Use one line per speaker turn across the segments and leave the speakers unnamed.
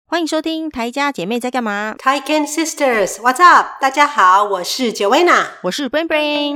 欢迎收听台家姐妹在干嘛
Taiken Sisters What's up 大家好，我是 Joanna，
我是 Brain Brain。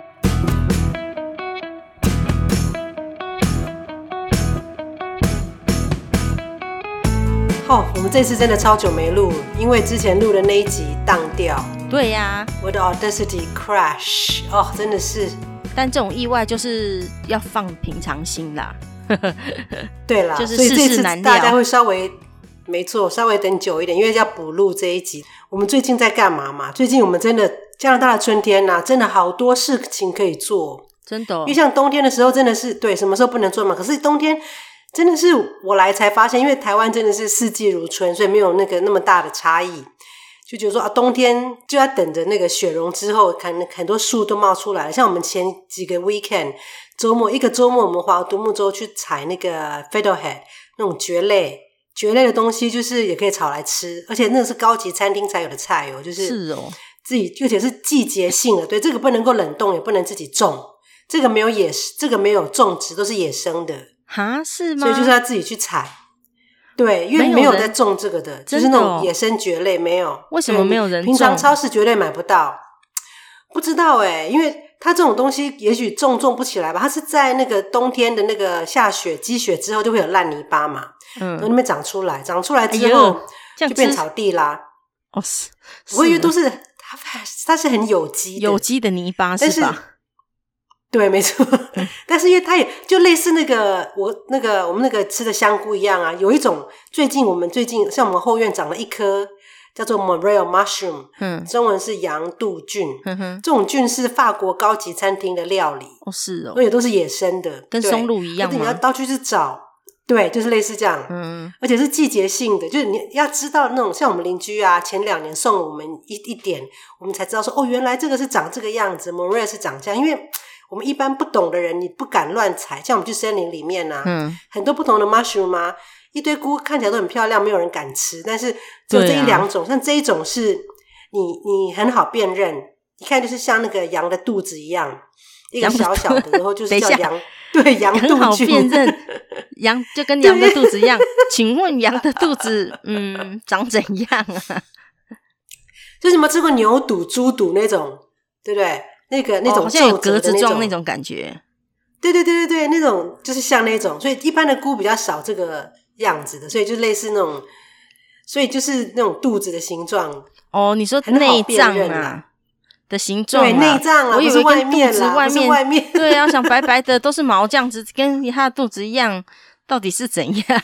我们这次真的超久没录，因为之前录的那一集当掉。
对呀，
我的 Audacity crash， 真的是。
但这种意外就是要放平常心啦。
对啦，
就是
所以这次
难料，
大家会稍微没错，稍微等久一点，因为要补录这一集。我们最近在干嘛嘛？最近我们真的加拿大的春天啊，真的好多事情可以做，
真的因
为像冬天的时候真的是对什么时候不能做嘛，可是冬天真的是我来才发现，因为台湾真的是四季如春，所以没有那么大的差异，就觉得说冬天就要等着那个雪融之后，很多树都冒出来了。像我们前几个 weekend 一个周末我们划独木舟去采那个 fiddlehead 那种蕨类的东西，就是也可以炒来吃，而且那个是高级餐厅才有的菜哦，就是自己，而且是季节性的。对，这个不能够冷冻，也不能自己种，这个没有种植，都是野生的。
哈，是吗？
所以就是要自己去采。对，因为没有在种这个的，就是那种野生蕨类没有。
为什么没有人种？
平常超市绝对买不到。不知道因为它这种东西也许种不起来吧，它是在那个冬天的那个下雪积雪之后就会有烂泥巴嘛，然后那边长出来之后就变草地啦。我以为都是它是很有机的
泥巴是吧？
对，没错。但是因为它也就类似我们那个吃的香菇一样啊，有一种我们最近像我们后院长了一颗叫做 Morel mushroom， 中文是羊肚菌，这种菌是法国高级餐厅的料理。
是哦，
而且都是野生的，
跟松露一样吗？
你要到处去找，对，就是类似这样，而且是季节性的，就是你要知道那种像我们邻居啊，前2年送我们一点，我们才知道说原来这个是长这个样子 ，Morel 是长这样，因为我们一般不懂的人，你不敢乱采，像我们去森林里面啊，很多不同的 mushroom 啊，一堆菇看起来都很漂亮，没有人敢吃，但是只有这1-2种，像这一种是你很好辨认，一看就是像那个羊的肚子一样，一个小小的，然后就是叫羊，对，羊肚菌，
很好辨认，羊就跟羊的肚子一样。请问羊的肚子长怎样啊？
就是你有没有吃过牛肚、猪肚那种，对不对？那种
好像有格子状那种感觉。
对，那种就是像那种，所以一般的菇比较少这个样子的，所以就类似那种，所以就是那种肚子的形状。
你说内脏啊的形状
对，内脏
我以为跟肚子
外面
对啊，想白白的都是毛这样子，跟他的肚子一样，到底是怎样？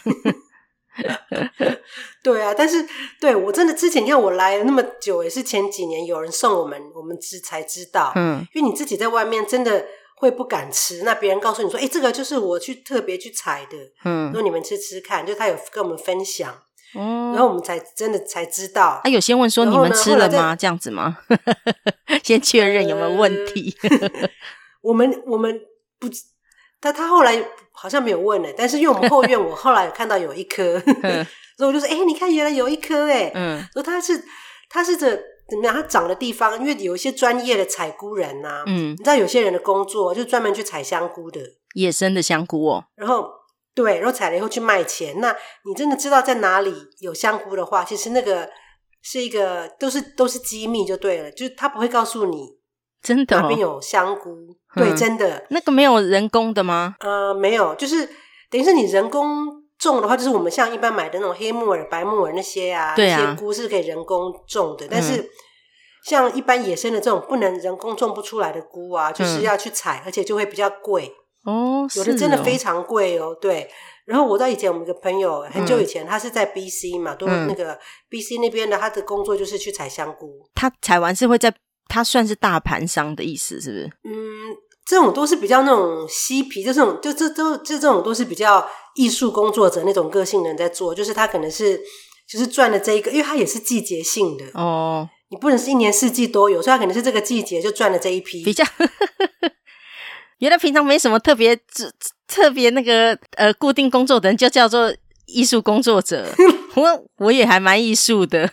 对啊，但是对我真的之前你看我来了那么久，也是前几年有人送我们才知道，因为你自己在外面真的会不敢吃，那别人告诉你说这个就是我特别去采的，说你们吃吃看，就他有跟我们分享，然后我们真的才知道。
有先问说你们吃了吗？这样子吗？先确认有没有问题。
我们不，他后来好像没有问但是因为我们后院我后来有看到有一颗，所以我就说你看原来有一颗说它是这怎么样？它长的地方，因为有一些专业的采菇人啊，你知道有些人的工作就专门去采香菇的，
野生的香菇
然后采了以后去卖钱。那你真的知道在哪里有香菇的话，其实那个是一个都是机密就对了，就是他不会告诉你
真的
哪边有香菇。对，真的。
那个没有人工的吗？
没有，就是等于是你人工种的话，就是我们像一般买的那种黑木耳、白木耳那些
对
那些菇是可以人工种的，但是像一般野生的这种不能人工种不出来的菇啊，就是要去采，而且就会比较贵有的真的非常贵对。然后我在以前我们一个朋友很久以前，他是在 BC 嘛，都那个 BC 那边的，他的工作就是去采香菇。
他采完是会在，他算是大盘商的意思是不是？
这种都是比较那种嬉皮，这种都是比较艺术工作者那种个性的人在做，就是他可能是就是赚了这一个，因为他也是季节性的你不能是1年4季都有，所以他可能是这个季节就赚了这一批
比较原来平常没什么特别那个固定工作的人就叫做艺术工作者。我也还蛮艺术的。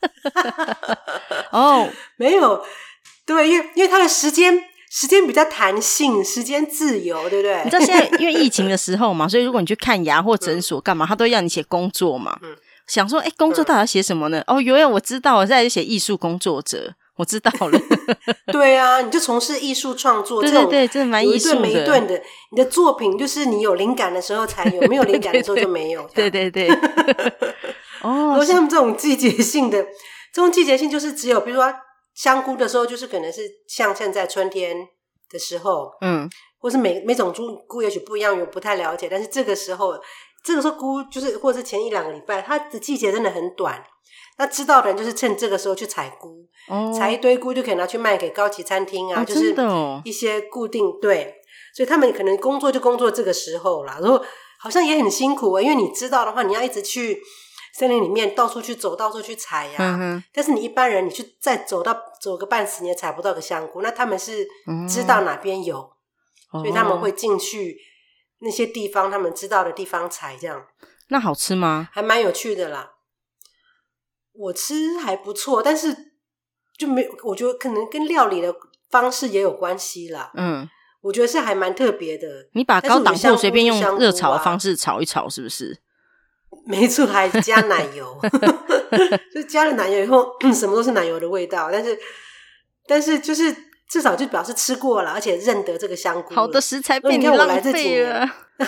没有，对，因为他的时间比较弹性，时间自由，对不对？
你知道现在因为疫情的时候嘛，所以如果你去看牙或诊所干嘛，他都要你写工作嘛。 想说工作到底要写什么呢？原来我知道，我现在就写艺术工作者，我知道了。
对啊，你就从事艺术创作，
对对对，真的蛮艺术的，
有一顿没一顿的。你的作品就是你有灵感的时候才有，没有灵感的时候就没有。
对对对。
像这种季节性的，这种季节性就是只有比如说香菇的时候，就是可能是像现在春天的时候，或是每种菇也许不一样，我不太了解。但是这个时候菇就是或者是前1-2个礼拜，它的季节真的很短。那知道的人就是趁这个时候去采菇，采一堆菇就可以拿去卖给高级餐厅啊，就是一些固定对，所以他们可能工作这个时候啦。然后好像也很辛苦因为你知道的话，你要一直去森林里面到处去走，到处去采呀。但是你一般人你去再走个半死，你也采不到个香菇。那他们是知道哪边有，所以他们会进去那些地方，他们知道的地方采这样。
那好吃吗？
还蛮有趣的啦。我吃还不错，但是就没有，我觉得可能跟料理的方式也有关系啦。我觉得是还蛮特别的。
你把高档货随便用热炒的方式炒一炒，是不是？
没错，还加奶油，就加了奶油以后，什么都是奶油的味道。但是就是至少就表示吃过了，而且认得这个香菇了。
好的食材被你浪费了。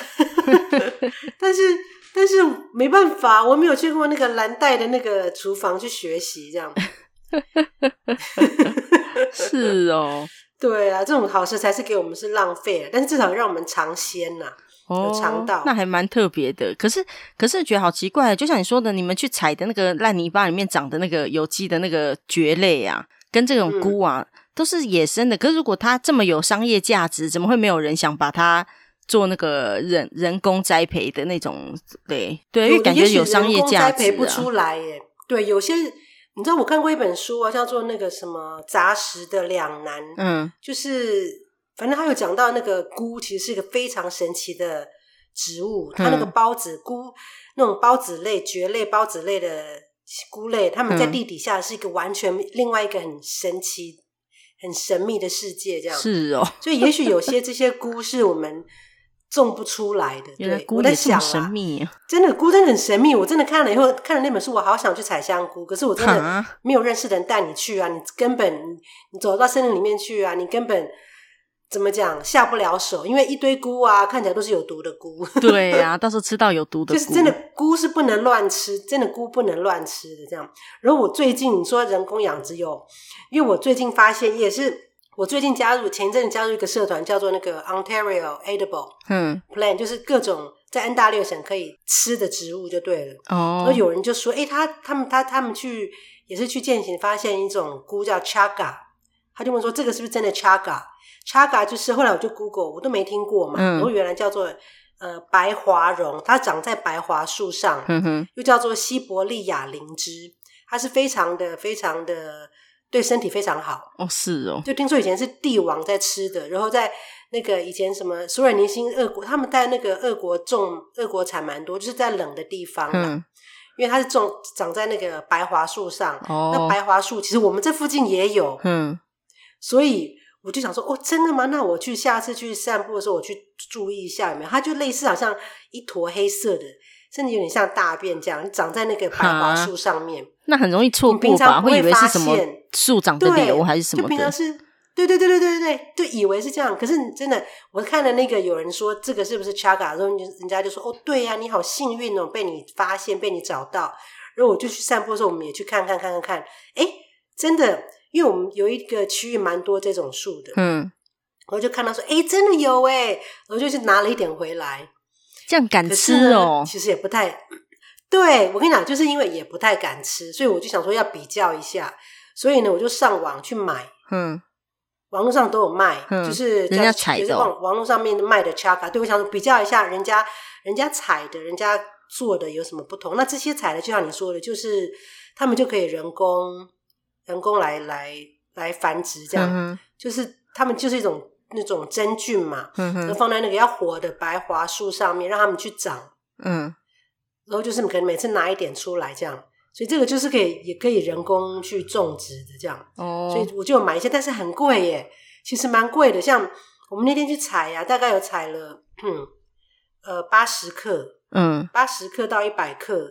但是没办法，我没有去过那个蓝带的那个厨房去学习这样。
是哦。
对啊，这种好食材是给我们是浪费了，但是至少让我们尝鲜啦。有尝到，
那还蛮特别的。可是觉得好奇怪，就像你说的，你们去采的那个烂泥巴里面长的那个有机的那个蕨类啊，跟这种菇啊，都是野生的。可是如果它这么有商业价值，怎么会没有人想把它做那个人工栽培的那种？对，因为感觉有商业价值
栽培不出来耶。对，有些你知道我看过一本书叫做那个什么杂食的两难，就是反正他有讲到那个菇其实是一个非常神奇的植物，它那个孢子菇那种孢子类蕨类孢子类的菇类，它们在地底下是一个完全另外一个很神奇很神秘的世界这样。
是哦，
所以也许有些这些菇是我们种不出来的。对，我在想
神秘
真的菇真的很神秘。我真的看了以后，看了那本书，我好想去采香菇，可是我真的没有认识的人带你去啊，你根本你走到森林里面去啊，你根本怎么讲下不了手，因为一堆菇啊看起来都是有毒的菇。
对啊，到时候吃到有毒的菇，
就是真的菇是不能乱吃，真的菇不能乱吃的这样。然后我最近你说人工养殖有，因为我最近发现也是我最近前一阵子加入一个社团叫做那个 Ontario Edible Plant， 就是各种在安大略省可以吃的植物就对了。然后有人就说他们去也是去践行，发现一种菇叫 Chaga， 他就问说这个是不是真的 Chaga 就是后来我就 Google 我都没听过嘛，然后原来叫做白华榕，它长在白华树上，又叫做西伯利亚灵芝，它是非常的对身体非常好。
是哦，
就听说以前是帝王在吃的，然后在那个以前什么苏尔尼辛俄国，他们在那个俄国产蛮多，就是在冷的地方啦，因为它是长在那个白华树上。那白华树其实我们这附近也有，所以我就想说真的吗？那我下次去散步的时候我去注意一下有没有，它就类似好像一坨黑色的，甚至有点像大便这样长在那个白华树上面。
那很容易错过吧，会以为是什么树长的瘤还是什么的，
就平常是对，就以为是这样。可是真的我看了那个有人说这个是不是 Chaga， 然后人家就说对啊，你好幸运哦，被你发现被你找到。然后我就去散步的时候我们也去看真的，因为我们有一个区域蛮多这种树的，我就看到说真的有然后就去拿了一点回来。
这样敢吃哦？
其实也不太对，我跟你讲就是因为也不太敢吃，所以我就想说要比较一下，所以呢我就上网去买，网络上都有卖，就是
人家采的
就是网络上面卖的 Chaga。 对，我想说比较一下人家采的人家做的有什么不同。那这些采的就像你说的，就是他们就可以人工来繁殖这样，就是他们就是一种那种真菌嘛，就放在那个要活的白华树上面让他们去长，然后就是可能每次拿一点出来这样，所以这个就是也可以人工去种植的这样。所以我就有买一些，但是很贵耶，其实蛮贵的。像我们那天去采大概有采了80克，80克到100克，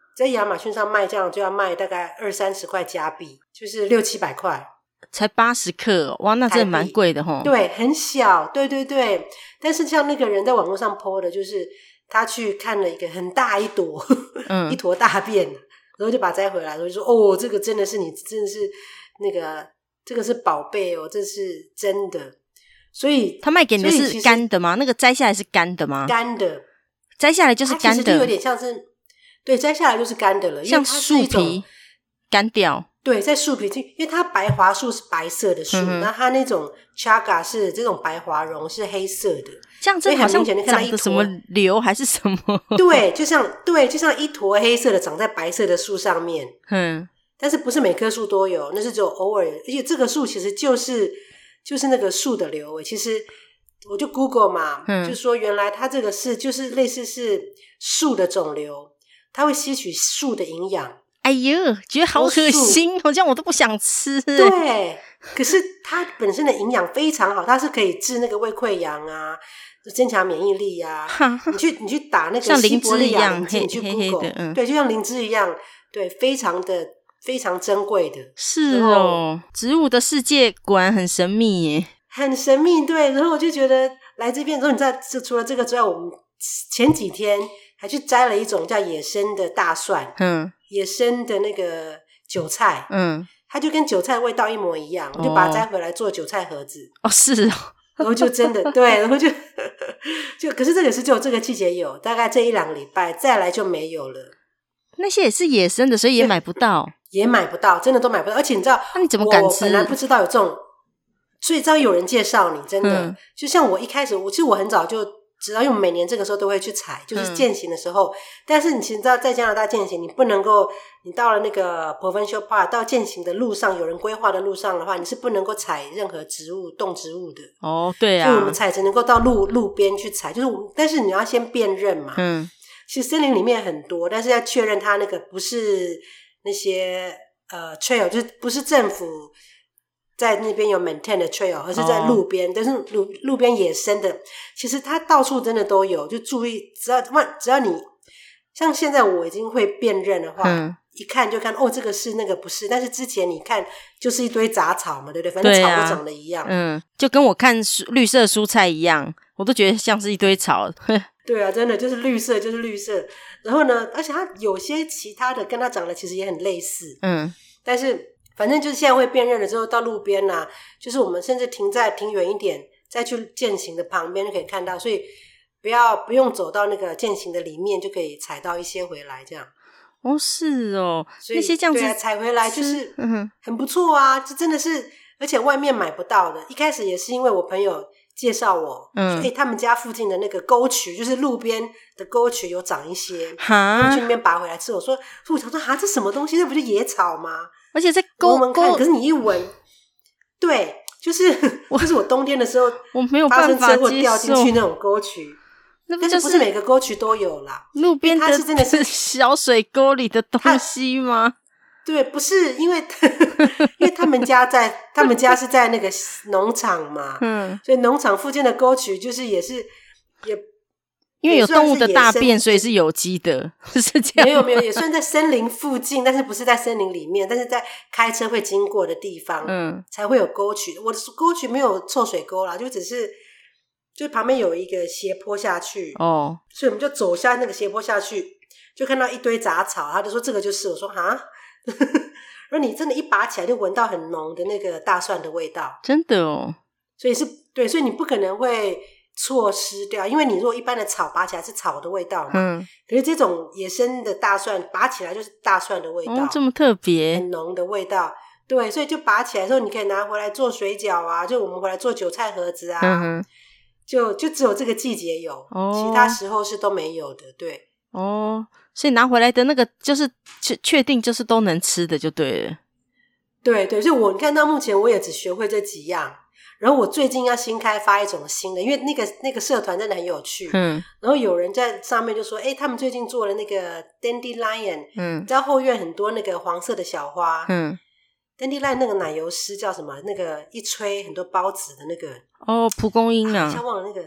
在亚马逊上卖这样就要卖大概20-30块加币，就是600-700块，
才80克哦，哇，那真的蛮贵的齁。
对，很小，对对对。但是像那个人在网络上 po 的，就是他去看了一个很大一朵一坨大便，然后就把它摘回来，然后就说哦，这个真的是你真的是那个这个是宝贝哦，这是真的。所以
他卖给你的是干的吗？那个摘下来是干的吗？
干的，
摘下来就是干的，
它其实就有点像是，对，摘下来就是干的了，
像树皮干掉。
对，在树皮，因为它白桦树是白色的树，那它那种 chaga 是这种白桦榕是黑色的，
这样真好像长的什么瘤还是什么？
对，就像一坨黑色的长在白色的树上面，但是不是每棵树都有，那是只有偶尔，而且这个树其实就是那个树的瘤。其实我就 Google 嘛，就说原来它这个是就是类似是树的肿瘤，它会吸取树的营养。
哎呦，觉得好恶心哦，这样我都不想吃。
对，可是它本身的营养非常好，它是可以治那个胃溃疡啊，增强免疫力啊。你去打那个
像灵芝一样，
你去 Google，对，就像灵芝一样，对，非常珍贵的。
是哦，植物的世界果然很神秘耶，
很神秘。对，然后我就觉得来这边之后，你知道，除了这个之外，我们前几天还去摘了一种叫野生的大蒜，野生的那个韭菜，它就跟韭菜的味道一模一样，我就把它摘回来做韭菜盒子。
哦，是哦，
然后就真的对，然后就可是这个是只有这个季节有，大概这1-2个礼拜再来就没有了。
那些也是野生的，所以也买不到，
也买不到，真的都买不到。而且你知道，
那你怎么敢吃？
我本来不知道有这种，所以只要有人介绍你，真的，就像我一开始，其实我很早就知道，因为我每年这个时候都会去采，就是健行的时候。但是你其实知道，在加拿大健行，你不能够，你到了那个 Provincial Park 到健行的路上，有人规划的路上的话，你是不能够采任何植物、动植物的。
哦，对啊，
所以我们采只能够到路边去采，就是但是你要先辨认嘛。其实森林里面很多，但是要确认它那个不是那些trail， 就是不是政府在那边有 maintain 的 trail， 而是在路边，但是路边野生的，其实它到处真的都有，就注意，只要你像现在我已经会辨认的话，一看就看哦，这个是那个不是，但是之前你看就是一堆杂草嘛，对不对？反正草都长得一样，
就跟我看绿色蔬菜一样，我都觉得像是一堆草。
对啊，真的就是绿色，就是绿色。然后呢，而且它有些其他的跟它长得其实也很类似，但是反正就是现在会辨认了之后，到路边啊，就是我们甚至停远一点，再去健行的旁边就可以看到，所以不用走到那个健行的里面，就可以采到一些回来，这样。
哦，是哦，
所以
那些这样子
对啊，采回来就是很不错啊，这真的是，而且外面买不到的。一开始也是因为我朋友介绍我，说他们家附近的那个沟渠，就是路边的沟渠有长一些，我去那边拔回来吃。我想说这什么东西？那不是野草吗？
而且在
闻看，可是你一闻，对，就是我冬天的时候，
我没有办法
发生车祸掉进去那种沟渠。
但是
不是每个沟渠都有啦，
路边的
它是真的是
小水沟里的东西吗？
对，不是因为他们家是在那个农场嘛，所以农场附近的沟渠就是也
因为有动物的大便，所以是有机的，是这样。
没有，也算在森林附近，但是不是在森林里面，但是在开车会经过的地方，才会有沟渠。我的沟渠没有臭水沟啦，就旁边有一个斜坡下去，所以我们就走下那个斜坡下去，就看到一堆杂草，他就说这个就是，我说哈，然后你真的一拔起来就闻到很浓的那个大蒜的味道，
真的哦，
所以你不可能会错失掉，因为你如果一般的草拔起来是草的味道嘛，可是这种野生的大蒜拔起来就是大蒜的味道，
这么特别，
很浓的味道，对，所以就拔起来之后你可以拿回来做水饺啊，就我们回来做韭菜盒子啊，就只有这个季节有，其他时候是都没有的，对。
所以拿回来的那个就是确定就是都能吃的就对了。
对，所以你看到目前我也只学会这几样，然后我最近要新开发一种新的，因为那个社团真的很有趣，然后有人在上面就说他们最近做了那个 dandelion，在后院很多那个黄色的小花，dandelion 那个奶油丝叫什么？那个一吹很多孢子的那个
蒲公英啊，
一下忘了那个，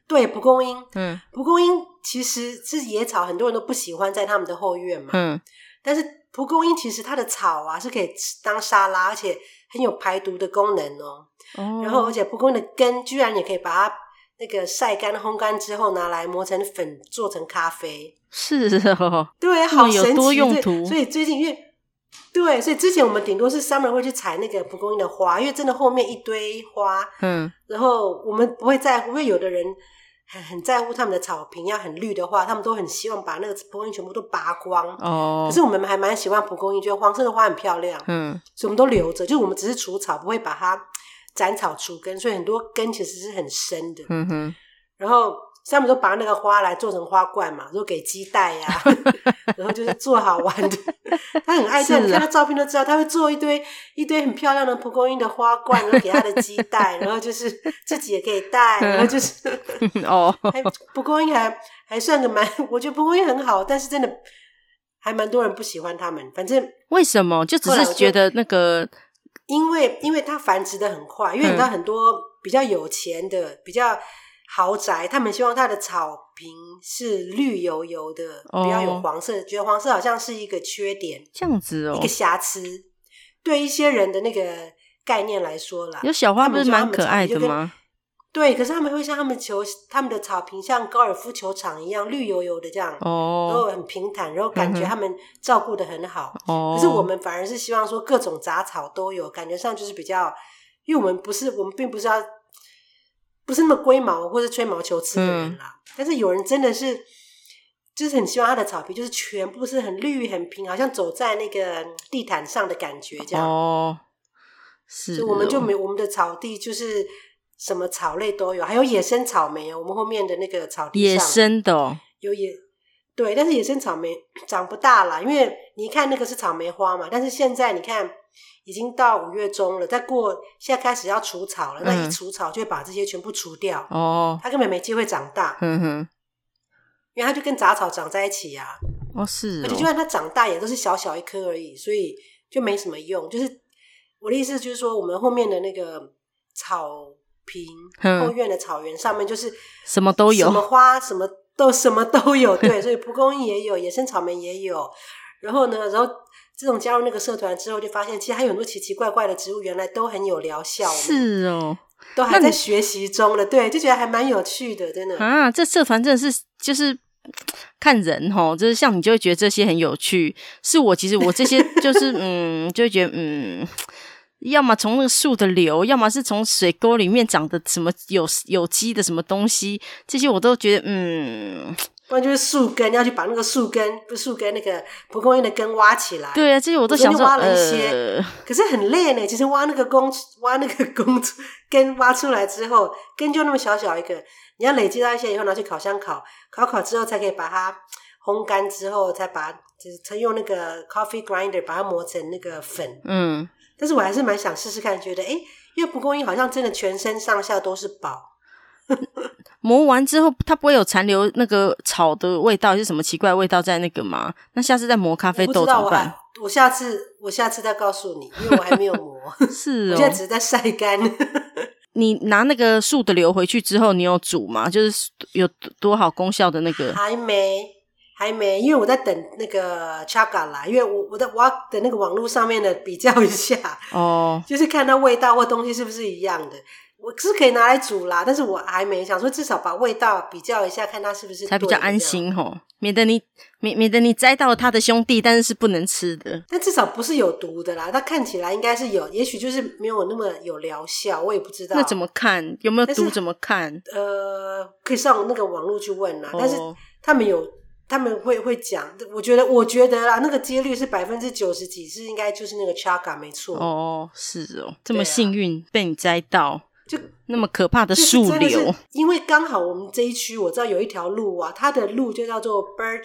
对，蒲公英，蒲公英其实是野草，很多人都不喜欢在他们的后院嘛，但是蒲公英其实它的草啊是可以当沙拉，而且很有排毒的功能哦。然后而且蒲公英的根居然也可以把它那个晒干烘干之后拿来磨成粉做成咖啡。
是哦，
对，好神奇，
有多用途。
所以最近对，所以之前我们顶多是 summer 会去采那个蒲公英的花，因为真的后面一堆花，然后我们不会在乎，因为有的人很在乎他们的草坪要很绿的话，他们都很希望把那个蒲公英全部都拔光。可是我们还蛮喜欢蒲公英，觉得黄色的花很漂亮，所以我们都留着，就我们只是除草，不会把它斩草除根，所以很多根其实是很深的。然后他们都把那个花来做成花冠嘛，就给鸡带呀，然后就是做好玩的。他很爱这样，你看他照片都知道，他会做一堆很漂亮的蒲公英的花冠，然后给他的鸡带，然后就是自己也可以带，然后就是蒲公英还算个我觉得蒲公英很好，但是真的还蛮多人不喜欢他们。反正
为什么？就只是觉得那个，
因为它繁殖的很快，因为你知道很多比较有钱的比较豪宅，他们希望他的草坪是绿油油的，不要有黄色，觉得黄色好像是一个缺点，
这样子哦，
一个瑕疵。对一些人的那个概念来说啦，
有小花不是蛮可爱的吗？
对，可是他们会像他们的草坪像高尔夫球场一样绿油油的这样，然后很平坦，然后感觉他们照顾得很好。可是我们反而是希望说各种杂草都有，感觉上就是比较，因为我们并不是那么龟毛或是吹毛求疵的人啦，但是有人真的是就是很希望他的草坪就是全部是很绿很平，好像走在那个地毯上的感觉这样。是，所以我们就我们的草地就是什么草类都有，还有野生草莓哦。我们后面的那个草地上
野生的哦，
对，但是野生草莓长不大啦，因为你看那个是草莓花嘛，但是现在你看已经到5月中了，现在开始要除草了，那一除草就会把这些全部除掉，它根本没机会长大，因为它就跟杂草长在一起啊。
是
而且就算它长大也都是小小一颗而已，所以就没什么用。就是我的意思就是说，我们后面的那个草坪后院的草原上面就是
什么都有，
什么花什么都有。对，所以蒲公英也有，野生草莓也有。然后这种加入那个社团之后，就发现其实还有很多奇奇怪怪的植物，原来都很有疗效。
是哦，
都还在学习中了。对，就觉得还蛮有趣的，真的啊！
这社团真的是就是看人齁，就是像你就会觉得这些很有趣。是我其实我这些就是就会觉得要么从那个树的瘤，要么是从水沟里面长的什么有机的什么东西，这些我都觉得
不然就是树根，要去把那个树根那个蒲公英的根挖起来。
对啊，这些我都想说
挖了一些，可是很累呢。其实挖那个根挖出来之后，根就那么小小一个，你要累积到一些以后拿去烤箱烤之后，才可以把它烘干之后，才用那个 coffee grinder 把它磨成那个粉。但是我还是蛮想试试看，觉得因为蒲公英好像真的全身上下都是宝。
磨完之后它不会有残留那个草的味道，是什么奇怪的味道在那个吗？那下次再磨咖啡豆怎么办？
我下次再告诉你，因为我还没有磨。
是
我现在只是在晒干。
你拿那个树的瘤回去之后，你有煮吗？就是有多好功效的那个？
还没，因为我在等那个 Chaga 来，因为我在等那个网络上面的比较一下，就是看它味道或东西是不是一样的。我是可以拿来煮啦，但是我还没想说，至少把味道比较一下，看它是不是对的，
才比较安心齁，免得你摘到他的兄弟，但是不能吃的。
但至少不是有毒的啦，它看起来应该是有，也许就是没有那么有疗效，我也不知道。
那怎么看？有没有毒？怎么看？
可以上那个网络去问啦。但是他们会讲，我觉得啦，那个几率是90%几，是应该就是那个 Chaga 没错。
是这么幸运被你摘到。就那么可怕的树瘤，
因为刚好我们这一区我知道有一条路啊，它的路就叫做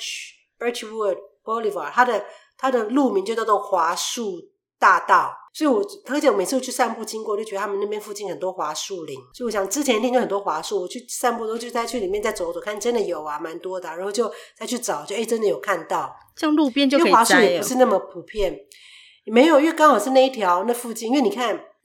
Birchwood Boulevard， 它的路名就叫做华树大道，所以而且我每次去散步经过，就觉得他们那边附近很多华树林，所以我想之前一天就很多华树，我去散步都就再去里面再走走看，真的有啊，蛮多的然后就再去找，就真的有看到，
这样路边就可以摘。
因为华树也不是那么普遍，没有，因为刚好是那一条那附近，因为你看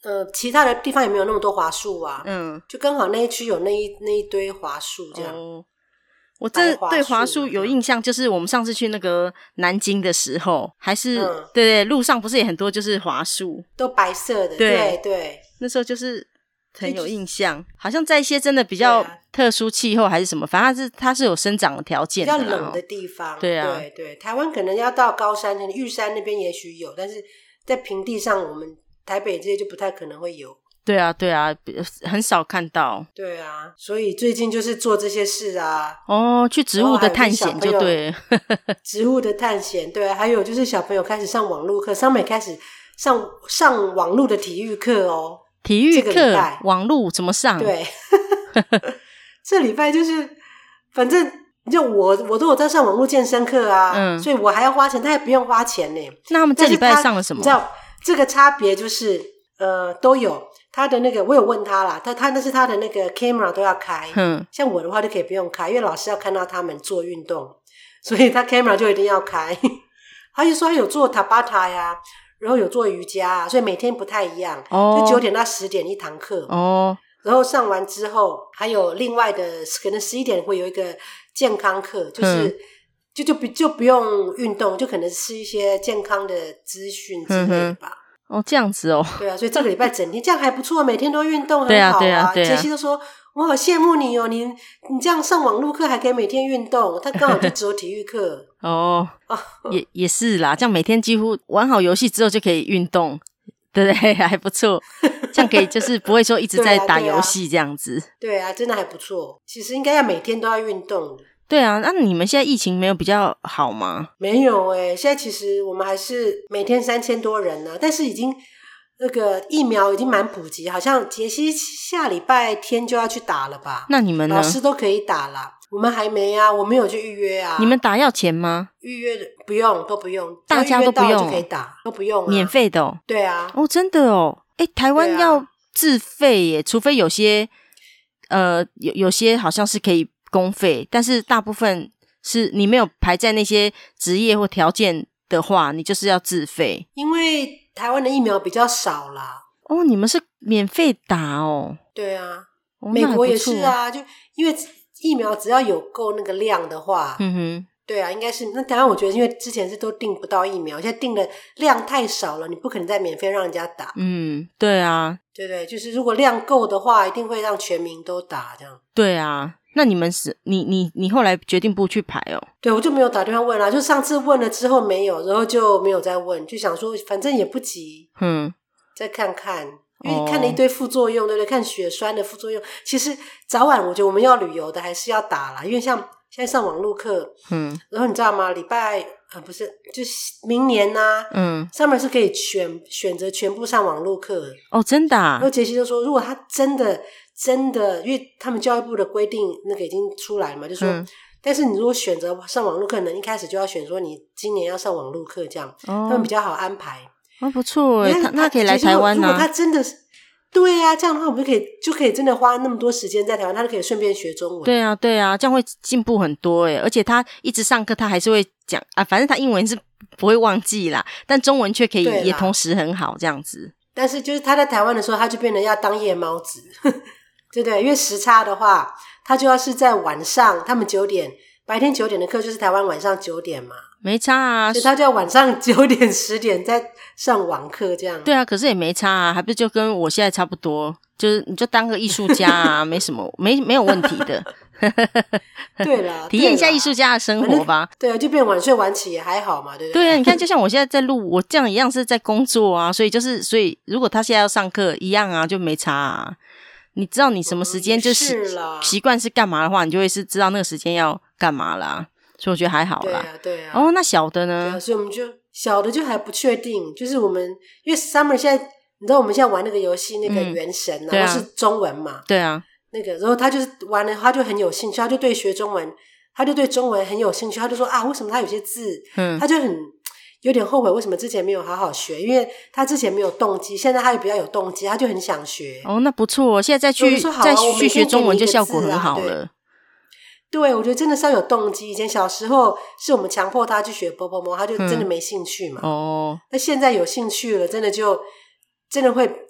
其他的地方也没有那么多华树啊，就刚好那一区有那一堆华树这样。
我这对华树有印象，就是我们上次去那个南京的时候，还是、对对，路上不是也很多就是华树，
都白色的，对对，
那时候就是很有印象，好像在一些真的比较特殊气候还是什么，反正它是有生长的条件的，
比较冷的地方，
对啊，
对对，台湾可能要到高山，玉山那边也许有，但是在平地上，我们台北这些就不太可能会有。
对啊对啊，很少看到。
对啊，所以最近就是做这些事啊。
去植物的探险就对了。
植物的探险，对啊，还有就是小朋友开始上网络课，上面开始上网络的体育课哦。
体育课网络怎么上？
对，这礼拜就是反正就我都有在上网络健身课啊，所以我还要花钱，他也不用花钱呢。
那他们这礼拜上了什么？
你知道这个差别就是都有。他的那个我有问他啦，他那是他的那个 camera 都要开，像我的话就可以不用开，因为老师要看到他们做运动，所以他 camera 就一定要开。他就说他有做塔巴塔呀，然后有做瑜伽啊，所以每天不太一样，就9点到10点一堂课然后上完之后还有另外的可能11点会有一个健康课，就是就不用运动，就可能是一些健康的资讯之类的吧。
这样子哦。
对啊，所以这个礼拜整天这样还不错，每天都运动很好啊。杰西都说我好羡慕你哦，你这样上网络课还可以每天运动，他刚好就只有体育课。
也是啦，这样每天几乎玩好游戏之后就可以运动，对不对？还不错，这样可以就是不会说一直在打游戏这样子。
对啊，真的还不错。其实应该要每天都要运动的。
对啊，那你们现在疫情没有比较好吗？
没有现在其实我们还是每天3000多人呢，但是已经那个疫苗已经蛮普及，好像杰西下礼拜天就要去打了吧？
那你们呢？
老师都可以打啦，我们还没啊，我没有去预约啊。
你们打要钱吗？
预约的不用，都不用，
大家都不用
就可以打，都不用
免费的哦。
对啊，
真的哦。台湾要自费耶，除非有些有些好像是可以公费，但是大部分是你没有排在那些职业或条件的话，你就是要自费。
因为台湾的疫苗比较少啦。
你们是免费打哦？
对啊，美国也是啊，就因为疫苗只要有够那个量的话，对啊，应该是。那台湾我觉得因为之前是都订不到疫苗，现在订的量太少了，你不可能再免费让人家打。
对啊，
对对，就是如果量够的话，一定会让全民都打这样。
对啊，那你们是你后来决定不去排哦？
对，我就没有打电话问啦，就上次问了之后没有，然后就没有再问，就想说反正也不急，再看看。因为看了一堆副作用，对不对？看血栓的副作用，其实早晚我觉得我们要旅游的还是要打啦，因为像现在上网络课，然后你知道吗？礼拜不是就是明年啊，上面是可以选择全部上网络课
真的啊。
然后杰西就说，如果他真的，因为他们教育部的规定那个已经出来嘛，就说，但是你如果选择上网络课，一开始就要选说你今年要上网络课，这样他们比较好安排。
不错耶，他可以来台湾啊。
如果他真的是对啊，这样的话我们就可以真的花那么多时间在台湾，他就可以顺便学中文。
对啊对啊，这样会进步很多耶。而且他一直上课他还是会讲反正他英文是不会忘记啦，但中文却可以也同时很好这样子。
但是就是他在台湾的时候，他就变成要当夜猫子对不对？因为时差的话，他就要是在晚上，他们9点，白天9点的课就是台湾晚上9点嘛，
没差啊，
所以他就要晚上9点10点再上网课这样。
对啊，可是也没差啊，还不是就跟我现在差不多，就是你就当个艺术家啊没什么没有问题的
对啦，
体验一下艺术家的生活吧。
对啊，就变晚睡晚起也还好嘛，对不对？
对啊，你看就像我现在在录，我这样一样是在工作啊，所以如果他现在要上课一样啊，就没差啊。你知道你什么时间就是习惯是干嘛的话，你就会是知道那个时间要干嘛啦，所以我觉得还好啦。
对啊。
那小的呢？
对啊，所以我们就小的就还不确定，就是我们因为 Summer 现在你知道我们现在玩那个游戏那个原神啊，都是中文嘛。
对啊。
那个然后他就是玩了，他就很有兴趣，他就对学中文，他就对中文很有兴趣，他就说为什么他有些字，他就很有点后悔为什么之前没有好好学，因为他之前没有动机，现在他也比较有动机，他就很想学。那不错，现在再去学中文就效果很好了。对，我觉得真的是要有动机。以前小时候是我们强迫他去学波波摸，他就真的没兴趣嘛。那现在有兴趣了，真的会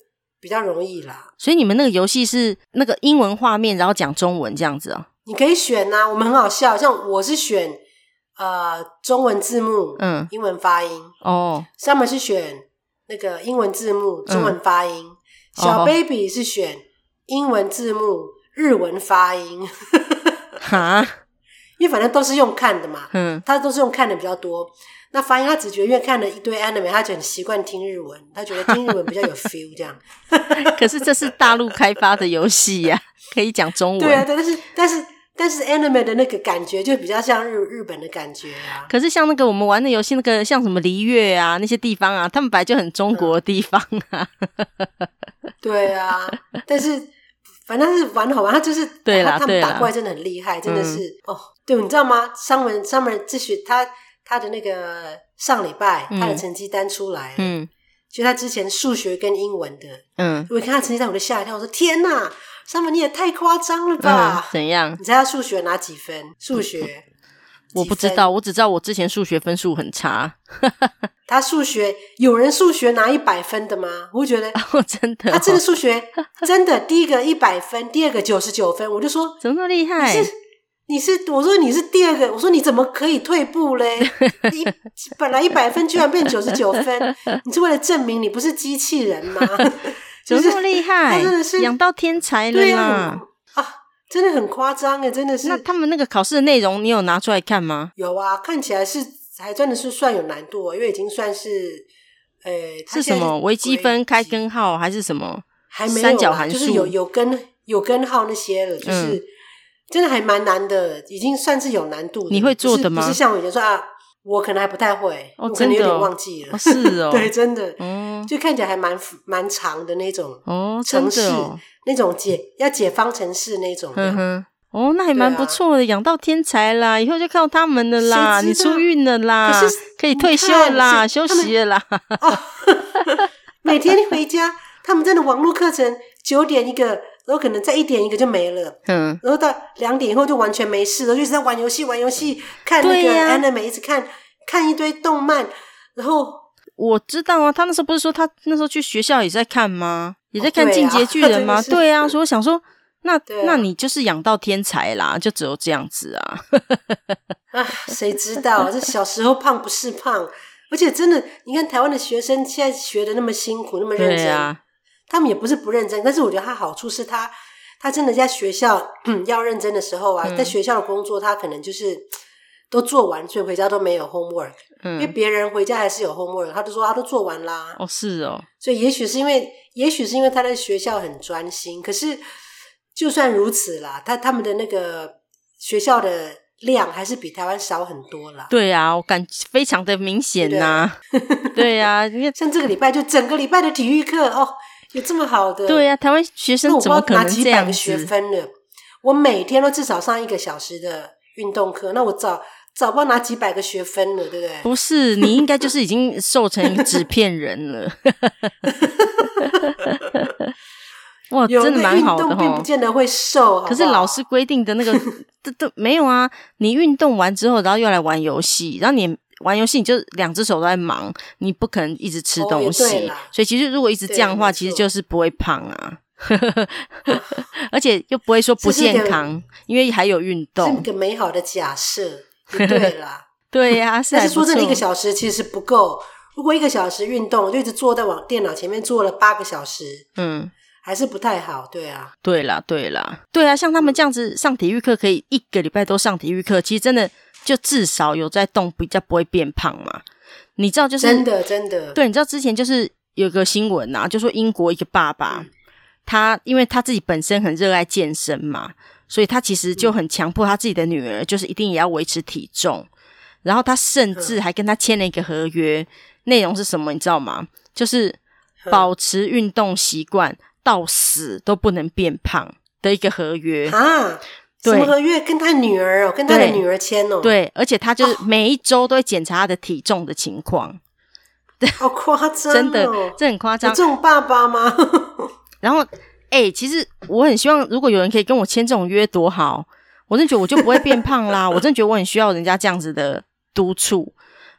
比较容易啦。
所以你们那个游戏是那个英文画面然后讲中文这样子哦？
你可以选啊，我们很好笑，像我是选中文字幕，英文发音哦。Summer 是选那个英文字幕，中文发音。小 baby 是选英文字幕，日文发音。
哈，
因为反正都是用看的嘛，他都是用看的比较多。那发音他只觉得因为看了一堆 anime， 他就很习惯听日文，他觉得听日文比较有 feel 这样。
可是这是大陆开发的游戏呀，可以讲中文。
对啊，但是 anime 的那个感觉就比较像日本的感觉啊。
可是像那个我们玩的游戏，那个像什么璃月啊那些地方啊，他们本来就很中国的地方啊。
对啊，但是反正是玩好玩，他就是
对啦，
他们打怪真的很厉害，真的是哦。对，你知道吗？Summer 这学他的那个上礼拜他的成绩单出来了，就他之前数学跟英文的，我看他成绩单我就吓一跳，我说天哪，Summer 你也太夸张了吧？
怎样？
你猜他数学拿几分？数学
我不知道，我只知道我之前数学分数很差。
他数学有人数学拿100分的吗？我觉得
真的，
他这个数学真的第一个100分，第二个99分，我就说
怎么那么厉害？
我说你是第二个，我说你怎么可以退步嘞？本来100分居然变99分，你是为了证明你不是机器人吗？
怎么那么厉害？他真的是养到天才了嘛！
真的很夸张耶，真的是。
那他们那个考试的内容，你有拿出来看吗？
有啊，看起来是还真的是算有难度，因为已经算是
是什么微积分、开根号还是什么？
还没有
三角函数，
就是有根号那些了，就是真的还蛮难的，已经算是有难度的。
你会做的吗？
不是像我以前说我可能还不太会，我可能有点忘记了。
是哦，
对，真的，就看起来还蛮长的那种程式，那种要解方程式那种的。
那还蛮不错的，养到天才啦，以后就靠他们了啦，你出运了啦，可以退休了啦，休息了啦。
每天回家，他们真的网络课程9点一个，然后可能再1点一个就没了，然后到2点以后就完全没事了，就一直在玩游戏，看那个 anime，一直看一堆动漫，然后
我知道啊，他那时候不是说他那时候去学校也在看吗？也在看进阶巨人吗？对啊，所以我想说那你就是养到天才啦，就只有这样子啊。
谁知道这小时候胖不是胖，而且真的你看台湾的学生现在学的那么辛苦那么认真，他们也不是不认真，但是我觉得他好处是他真的在学校要认真的时候啊，在学校的工作他可能就是都做完，所以回家都没有 homework，因为别人回家还是有 homework， 他就说他都做完啦。
是哦，
所以也许是因为他在学校很专心，可是就算如此啦，他们的那个学校的量还是比台湾少很多啦。
对啊，我感非常的明显啊。对啊，因为
像这个礼拜就整个礼拜的体育课有这么好的。
对啊，台湾学生怎么可能这样子？
我拿几百个学分了，我每天都至少上1个小时的运动课，那我早不知道拿几百个学分了，对不对？
不是，你应该就是已经瘦成一个纸片人了。哇，真的蛮好的
有的运动并不见得会瘦，好不好？
可是老师规定的那个都没有啊。你运动完之后，然后又来玩游戏，然后你玩游戏你就2只手都在忙，你不可能一直吃东西，所以其实如果一直这样的话，其实就是不会胖啊。而且又不会说不健康，因为还有运动，
是一个美好的假设。对啦。
对啊，
但是说真的1个小时其实不够，如果1个小时运动就一直坐在电脑前面坐了8个小时，还是不太好。对啊，
对啦，对啊，像他们这样子上体育课可以1个礼拜都上体育课，其实真的就至少有在动，比较不会变胖嘛。你知道就是
真的对，
你知道之前就是有个新闻啊，就说英国一个爸爸，他因为他自己本身很热爱健身嘛，所以他其实就很强迫他自己的女儿就是一定也要维持体重，然后他甚至还跟他签了一个合约，内容是什么你知道吗？就是保持运动习惯到死都不能变胖的一个合约
啊。什么合约？跟他女儿跟他的女儿签哦。
对，而且他就是每一周都会检查他的体重的情况。
好夸张
真的，这很夸张。
有这种爸爸吗？
然后其实我很希望如果有人可以跟我签这种约多好，我真的觉得我就不会变胖啦。我真的觉得我很需要人家这样子的督促，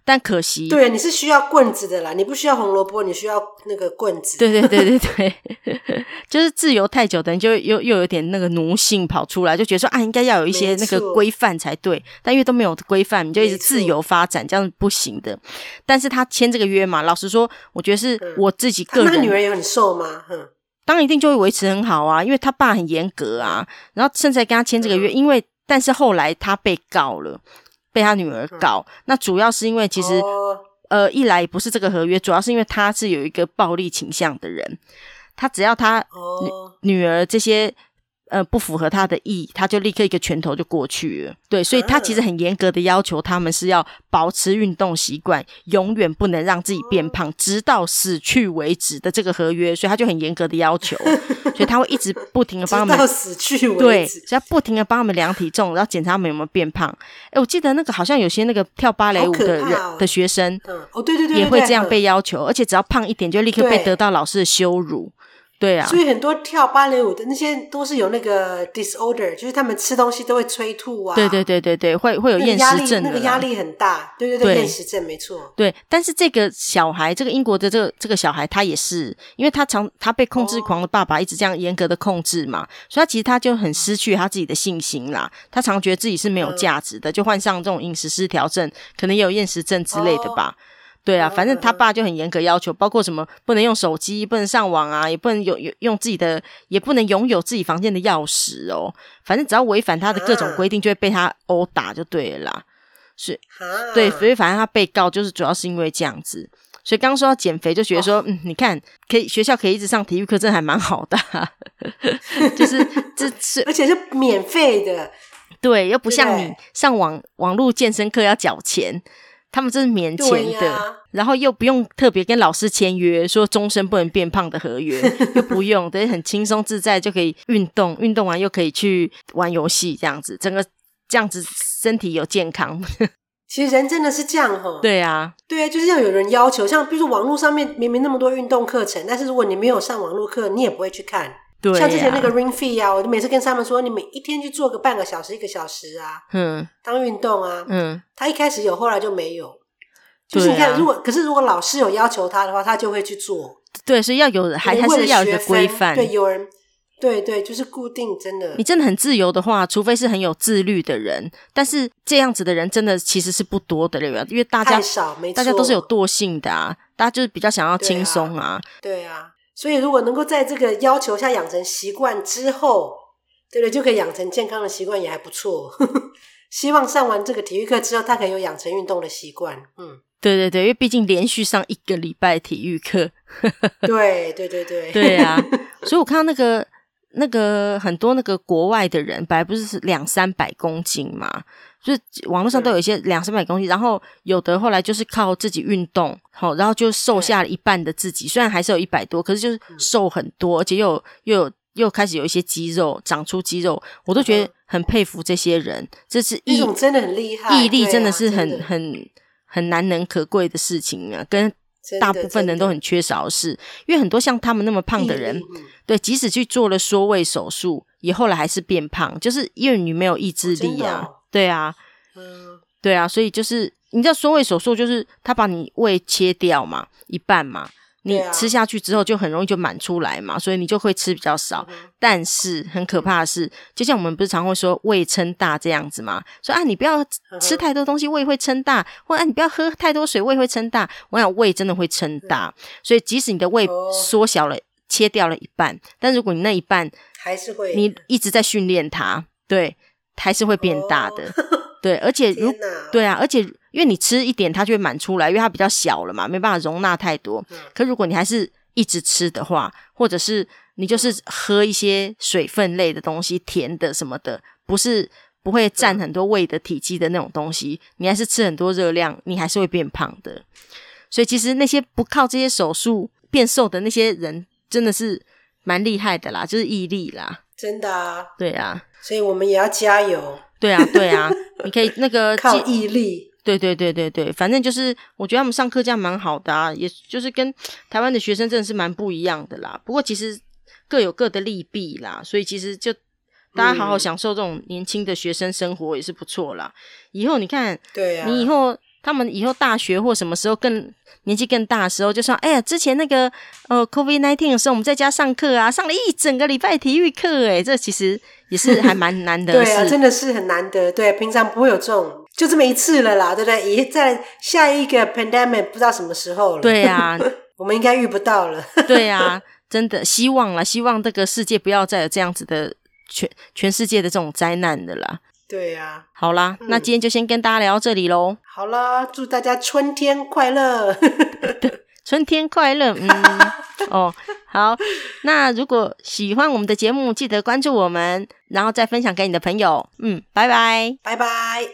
但可惜
对，你是需要棍子的啦，你不需要红萝卜，你需要那个棍子。
对就是自由太久的人就又有点那个奴性跑出来，就觉得说应该要有一些那个规范才对，但因为都没有规范，你就一直自由发展，这样不行的。但是他签这个约嘛，老实说我觉得是我自己个人，
那女人也很瘦吗？
当然一定就会维持很好啊，因为他爸很严格啊，然后甚至还跟他签这个约，因为但是后来他被告了，被他女儿告，那主要是因为其实一来不是这个合约，主要是因为他是有一个暴力倾向的人，他只要他女儿这些不符合他的意，他就立刻一个拳头就过去了。对，所以他其实很严格的要求他们是要保持运动习惯，永远不能让自己变胖，直到死去为止的这个合约，所以他就很严格的要求，所以他会一直不停的帮他们
直到死去为止，
对，所以他不停的帮他们量体重，然后检查他们有没有变胖。我记得那个好像有些那个跳芭蕾舞的人的学生，
对，
也会这样被要求，而且只要胖一点就立刻被得到老师的羞辱。对啊，
所以很多跳芭蕾舞的那些都是有那个 disorder， 就是他们吃东西都会催吐啊。
对，会有厌食症的，
那个压力很大。对，厌食症没错。
对，但是这个小孩，这个英国的这个小孩，他也是，因为他被控制狂的爸爸一直这样严格的控制嘛，所以他就很失去他自己的信心啦。他常觉得自己是没有价值的，就患上这种饮食失调症，可能也有厌食症之类的吧。对啊，反正他爸就很严格要求，包括什么不能用手机，不能上网啊，也不能用自己的，也不能拥有自己房间的钥匙哦。反正只要违反他的各种规定，就会被他殴打就对了啦。对，所以反正他被告就是主要是因为这样子。所以刚说到减肥，就觉得说，你看，学校可以一直上体育课，真的还蛮好的就是
而且是免费的，
对，又不像你上网络健身课要缴钱。他们这是免钱的，然后又不用特别跟老师签约说终身不能变胖的合约，又不用，等于很轻松自在就可以运动完又可以去玩游戏，这样子整个这样子身体有健康。
其实人真的是这样
对啊，
就是要有人要求，像比如说网络上面明明那么多运动课程，但是如果你没有上网络课，你也不会去看。
对，
像之前那个 Ring Fit 啊，我就每次跟他们说，你们一天去做个半个小时、1个小时啊，当运动啊，他一开始有，后来就没有。就是你看，可是如果老师有要求他的话，他就会去做。
对，所以要有还是要有一个规范。
对，有人对，就是固定，真的。
你真的很自由的话，除非是很有自律的人，但是这样子的人真的其实是不多的人，因为大家
太少，没错，
大家都是有惰性的啊，大家就是比较想要轻松啊。
对啊。所以如果能够在这个要求下养成习惯之后，对，就可以养成健康的习惯，也还不错。希望上完这个体育课之后，他可以有养成运动的习惯。
对，因为毕竟连续上1个礼拜体育课。
对。
对啊，所以我看到那个很多那个国外的人，本来不是200-300公斤嘛，就是网络上都有一些200-300公斤，然后有的后来就是靠自己运动，然后就瘦下了一半的自己，虽然还是有100多，可是就是瘦很多，而且又开始有一些肌肉，长出肌肉，我都觉得很佩服这些人，这是
一种真的很厉害，
毅力真的是很难能可贵的事情啊，跟大部分人都很缺少的事。因为很多像他们那么胖的人，对，即使去做了缩胃手术，也后来还是变胖，就是因为你没有意志力啊。对啊，对啊，所以就是你知道缩胃手术就是他把你胃切掉嘛，一半嘛，你吃下去之后就很容易就满出来嘛，所以你就会吃比较少。但是很可怕的是，就像我们不是常会说胃撑大这样子嘛，说你不要吃太多东西胃会撑大，或你不要喝太多水胃会撑大。我想胃真的会撑大，所以即使你的胃缩小了，切掉了一半，但如果你那一半
还是会，
你一直在训练它，对，还是会变大的。对，而且对啊，而且因为你吃一点它就会满出来，因为它比较小了嘛，没办法容纳太多。可如果你还是一直吃的话，或者是你就是喝一些水分类的东西，甜的什么的，不会占很多胃的体积的那种东西，你还是吃很多热量，你还是会变胖的。所以其实那些不靠这些手术变瘦的那些人真的是蛮厉害的啦，就是毅力啦。
真的啊。
对啊，
所以我们也要加油。
对啊，你可以那个
靠毅力。
对，反正就是我觉得他们上课这样蛮好的啊，也就是跟台湾的学生真的是蛮不一样的啦。不过其实各有各的利弊啦，所以其实就大家好好享受这种年轻的学生生活也是不错啦。以后你看，
对啊，
你以后他们以后大学或什么时候年纪更大的时候，就说哎呀，之前那个COVID-19 的时候，我们在家上课啊，上了一整个礼拜体育课，哎，这其实也是还蛮难得的
对啊，真的是很难得。对，平常不会有这种，就这么一次了啦，对不对？也在下一个 pandemic 不知道什么时候了。
对啊，
我们应该遇不到了。
对啊，真的希望这个世界不要再有这样子的全世界的这种灾难的啦。
对啊，
好啦，那今天就先跟大家聊到这里咯。
好啦，祝大家春天快乐。
春天快乐。好，那如果喜欢我们的节目，记得关注我们，然后再分享给你的朋友。拜拜，
拜拜。